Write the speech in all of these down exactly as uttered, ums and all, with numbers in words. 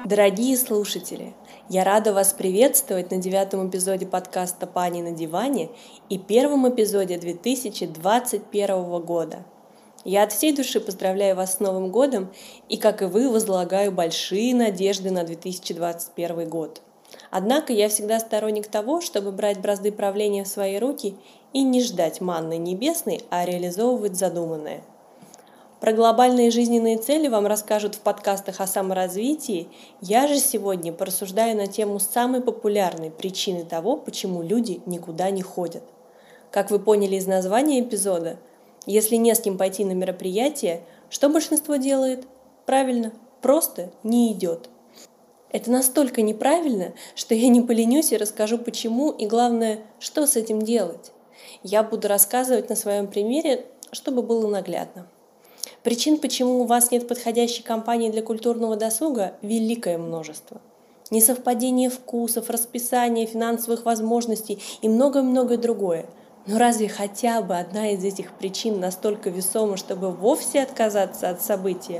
Дорогие слушатели, я рада вас приветствовать на девятом эпизоде подкаста «Пани на диване» и первом эпизоде две тысячи двадцать первого года. Я от всей души поздравляю вас с Новым годом и, как и вы, возлагаю большие надежды на две тысячи двадцать первый год. Однако я всегда сторонник того, чтобы брать бразды правления в свои руки и не ждать манны небесной, а реализовывать задуманное. Про глобальные жизненные цели вам расскажут в подкастах о саморазвитии. Я же сегодня порассуждаю на тему самой популярной причины того, почему люди никуда не ходят. Как вы поняли из названия эпизода, если не с кем пойти на мероприятие, что большинство делает? Правильно, просто не идет. Это настолько неправильно, что я не поленюсь и расскажу почему и, главное, что с этим делать. Я буду рассказывать на своем примере, чтобы было наглядно. Причин, почему у вас нет подходящей компании для культурного досуга, великое множество. Несовпадение вкусов, расписания, финансовых возможностей и многое-многое другое. Но разве хотя бы одна из этих причин настолько весома, чтобы вовсе отказаться от события?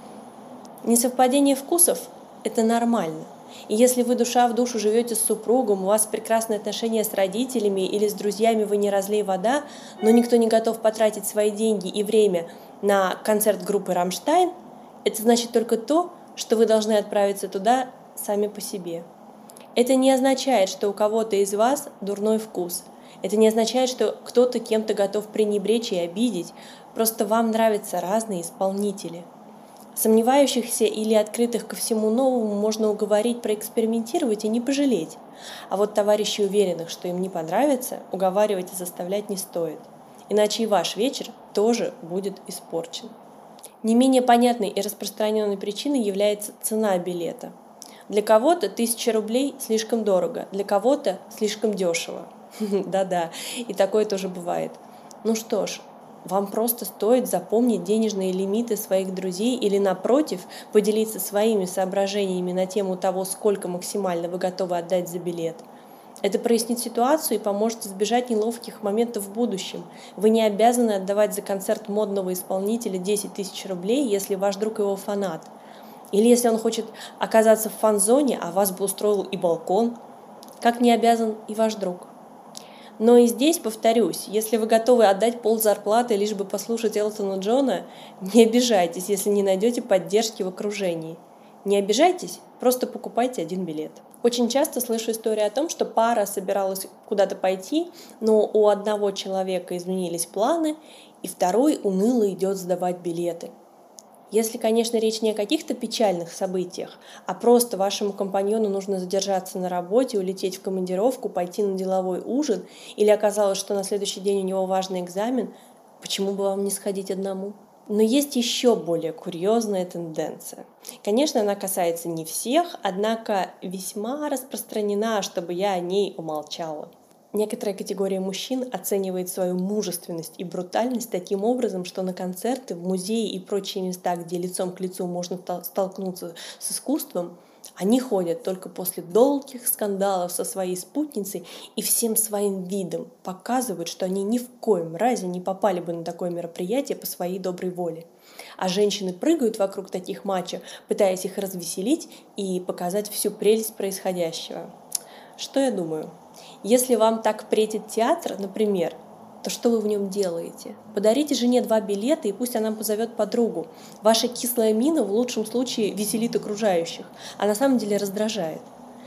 Несовпадение вкусов – это нормально. И если вы душа в душу живете с супругом, у вас прекрасные отношения с родителями или с друзьями, вы не разлей вода, но никто не готов потратить свои деньги и время на концерт группы «Рамштайн», это значит только то, что вы должны отправиться туда сами по себе. Это не означает, что у кого-то из вас дурной вкус. Это не означает, что кто-то кем-то готов пренебречь и обидеть. Просто вам нравятся разные исполнители. Сомневающихся или открытых ко всему новому можно уговорить проэкспериментировать и не пожалеть. А вот товарищей, уверенных, что им не понравится, уговаривать и заставлять не стоит. Иначе и ваш вечер тоже будет испорчен. Не менее понятной и распространенной причиной является цена билета. Для кого-то тысяча рублей слишком дорого, для кого-то слишком дешево. Да-да, и такое тоже бывает. Ну что ж, вам просто стоит запомнить денежные лимиты своих друзей или, напротив, поделиться своими соображениями на тему того, сколько максимально вы готовы отдать за билет. Это прояснит ситуацию и поможет избежать неловких моментов в будущем. Вы не обязаны отдавать за концерт модного исполнителя десять тысяч рублей, если ваш друг его фанат. Или если он хочет оказаться в фан-зоне, а вас бы устроил и балкон. Как не обязан и ваш друг. Но и здесь, повторюсь, если вы готовы отдать ползарплаты, лишь бы послушать Элтона Джона, не обижайтесь, если не найдете поддержки в окружении. Не обижайтесь, просто покупайте один билет. Очень часто слышу историю о том, что пара собиралась куда-то пойти, но у одного человека изменились планы, и второй уныло идет сдавать билеты. Если, конечно, речь не о каких-то печальных событиях, а просто вашему компаньону нужно задержаться на работе, улететь в командировку, пойти на деловой ужин, или оказалось, что на следующий день у него важный экзамен, почему бы вам не сходить одному? Но есть еще более курьезная тенденция. Конечно, она касается не всех, однако весьма распространена, чтобы я о ней умолчала. Некоторая категория мужчин оценивает свою мужественность и брутальность таким образом, что на концерты, в музеи и прочие места, где лицом к лицу можно столкнуться с искусством, они ходят только после долгих скандалов со своей спутницей и всем своим видом показывают, что они ни в коем разе не попали бы на такое мероприятие по своей доброй воле. А женщины прыгают вокруг таких мачо, пытаясь их развеселить и показать всю прелесть происходящего. Что я думаю? Если вам так претит театр, например, то что вы в нем делаете? Подарите жене два билета, и пусть она позовет подругу. Ваша кислая мина в лучшем случае веселит окружающих, а на самом деле раздражает.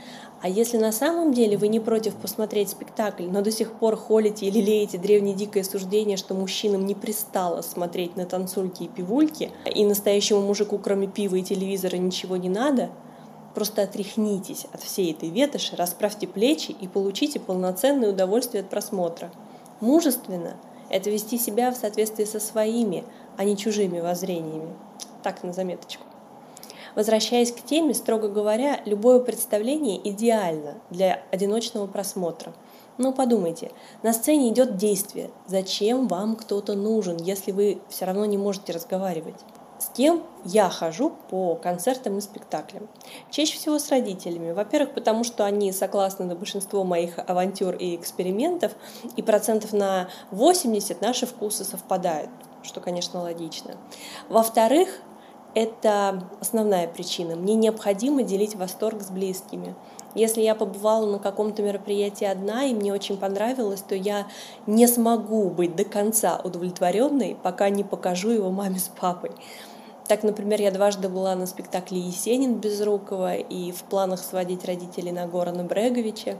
А если на самом деле вы не против посмотреть спектакль, но до сих пор холите или лелеете древнее дикое суждение, что мужчинам не пристало смотреть на танцульки и пивульки, и настоящему мужику кроме пива и телевизора ничего не надо, просто отряхнитесь от всей этой ветоши, расправьте плечи и получите полноценное удовольствие от просмотра. Мужественно – это вести себя в соответствии со своими, а не чужими воззрениями. Так, на заметочку. Возвращаясь к теме, строго говоря, любое представление идеально для одиночного просмотра. Но подумайте, на сцене идет действие. Зачем вам кто-то нужен, если вы все равно не можете разговаривать? С кем я хожу по концертам и спектаклям? Чаще всего с родителями. Во-первых, потому что они согласны на большинство моих авантюр и экспериментов, и процентов на восемьдесят наши вкусы совпадают, что, конечно, логично. Во-вторых, Это основная причина. Мне необходимо делить восторг с близкими. Если я побывала на каком-то мероприятии одна, и мне очень понравилось, то я не смогу быть до конца удовлетворенной, пока не покажу его маме с папой. Так, например, я дважды была на спектакле «Есенин» Безрукова и в планах сводить родителей на Горана Бреговича.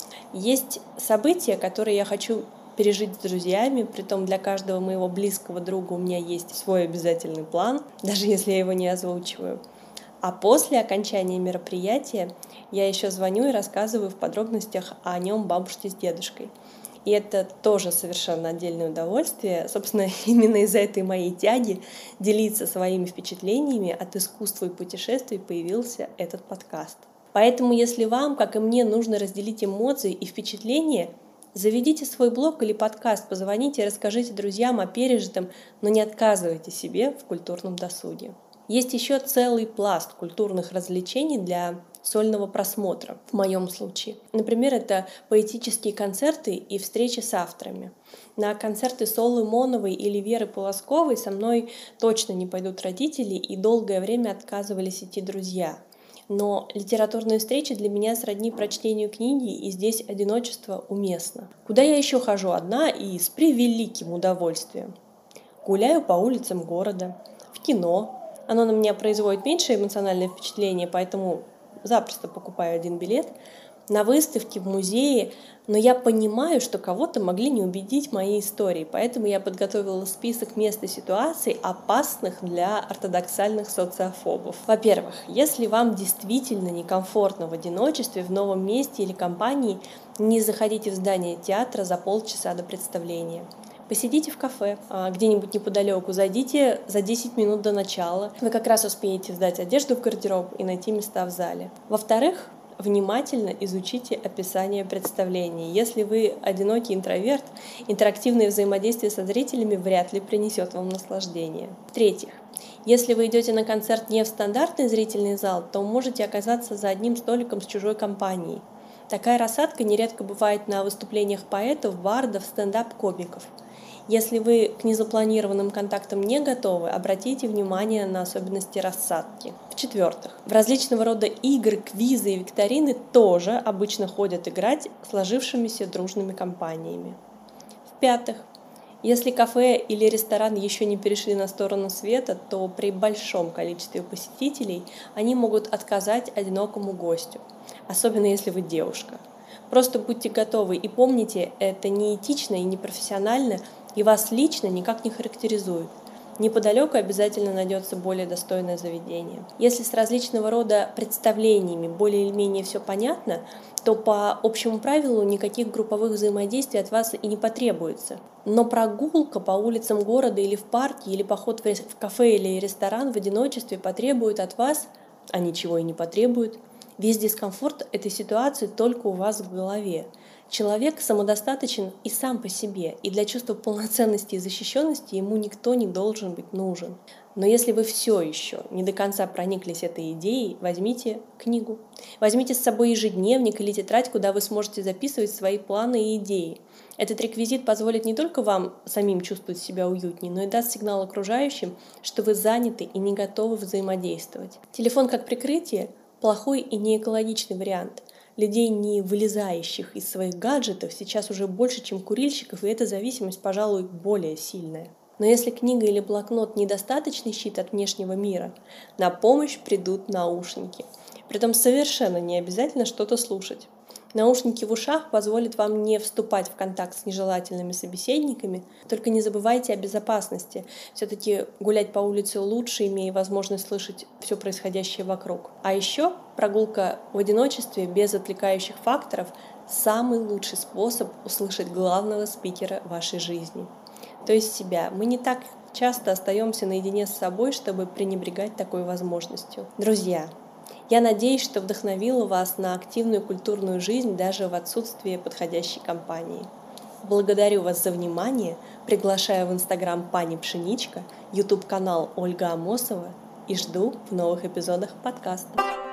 Есть события, которые я хочу пережить с друзьями, притом для каждого моего близкого друга у меня есть свой обязательный план, даже если я его не озвучиваю. А после окончания мероприятия я еще звоню и рассказываю в подробностях о нем бабушке с дедушкой. И это тоже совершенно отдельное удовольствие. Собственно, именно из-за этой моей тяги делиться своими впечатлениями от искусства и путешествий появился этот подкаст. Поэтому, если вам, как и мне, нужно разделить эмоции и впечатления, заведите свой блог или подкаст, позвоните и расскажите друзьям о пережитом, но не отказывайте себе в культурном досуге. Есть еще целый пласт культурных развлечений для сольного просмотра, в моем случае. Например, это поэтические концерты и встречи с авторами. На концерты Солы Моновой или Веры Полосковой со мной точно не пойдут родители, и долгое время отказывались идти друзья. Но литературные встречи для меня сродни прочтению книги, и здесь одиночество уместно. Куда я еще хожу одна и с превеликим удовольствием? Гуляю по улицам города, в кино. Оно на меня производит меньшее эмоциональное впечатление, поэтому запросто покупаю один билет. На выставке, в музее, но я понимаю, что кого-то могли не убедить моей истории, поэтому я подготовила список мест и ситуаций, опасных для ортодоксальных социофобов. Во-первых, если вам действительно некомфортно в одиночестве, в новом месте или компании, не заходите в здание театра за полчаса до представления. Посидите в кафе, где-нибудь неподалеку, зайдите за десять минут до начала. Вы как раз успеете сдать одежду в гардероб и найти места в зале. Во-вторых, внимательно изучите описание представления. Если вы одинокий интроверт, интерактивное взаимодействие со зрителями вряд ли принесет вам наслаждение. В-третьих, если вы идете на концерт не в стандартный зрительный зал, то можете оказаться за одним столиком с чужой компанией. Такая рассадка нередко бывает на выступлениях поэтов, бардов, стендап-комиков. Если вы к незапланированным контактам не готовы, обратите внимание на особенности рассадки. В-четвертых, в различного рода игры, квизы и викторины тоже обычно ходят играть сложившимися дружными компаниями. В-пятых, если кафе или ресторан еще не перешли на сторону света, то при большом количестве посетителей они могут отказать одинокому гостю, особенно если вы девушка. Просто будьте готовы и помните, это неэтично и непрофессионально, и вас лично никак не характеризует. Неподалеку обязательно найдется более достойное заведение. Если с различного рода представлениями более или менее все понятно, то по общему правилу никаких групповых взаимодействий от вас и не потребуется. Но прогулка по улицам города или в парке, или поход в кафе или ресторан в одиночестве потребует от вас, а ничего и не потребует. Весь дискомфорт этой ситуации только у вас в голове. Человек самодостаточен и сам по себе, и для чувства полноценности и защищенности ему никто не должен быть нужен. Но если вы все еще не до конца прониклись этой идеей, возьмите книгу. Возьмите с собой ежедневник или тетрадь, куда вы сможете записывать свои планы и идеи. Этот реквизит позволит не только вам самим чувствовать себя уютнее, но и даст сигнал окружающим, что вы заняты и не готовы взаимодействовать. Телефон как прикрытие – плохой и неэкологичный вариант. Людей, не вылезающих из своих гаджетов, сейчас уже больше, чем курильщиков, и эта зависимость, пожалуй, более сильная. Но если книга или блокнот недостаточный щит от внешнего мира, на помощь придут наушники. Притом совершенно не обязательно что-то слушать. Наушники в ушах позволят вам не вступать в контакт с нежелательными собеседниками, только не забывайте о безопасности. Все-таки гулять по улице лучше, имея возможность слышать все происходящее вокруг. А еще прогулка в одиночестве без отвлекающих факторов – самый лучший способ услышать главного спикера вашей жизни, то есть себя. Мы не так часто остаемся наедине с собой, чтобы пренебрегать такой возможностью. Друзья, я надеюсь, что вдохновила вас на активную культурную жизнь даже в отсутствии подходящей компании. Благодарю вас за внимание, приглашаю в Инстаграм Пани Пшеничка, Ютуб-канал Ольга Амосова и жду в новых эпизодах подкаста.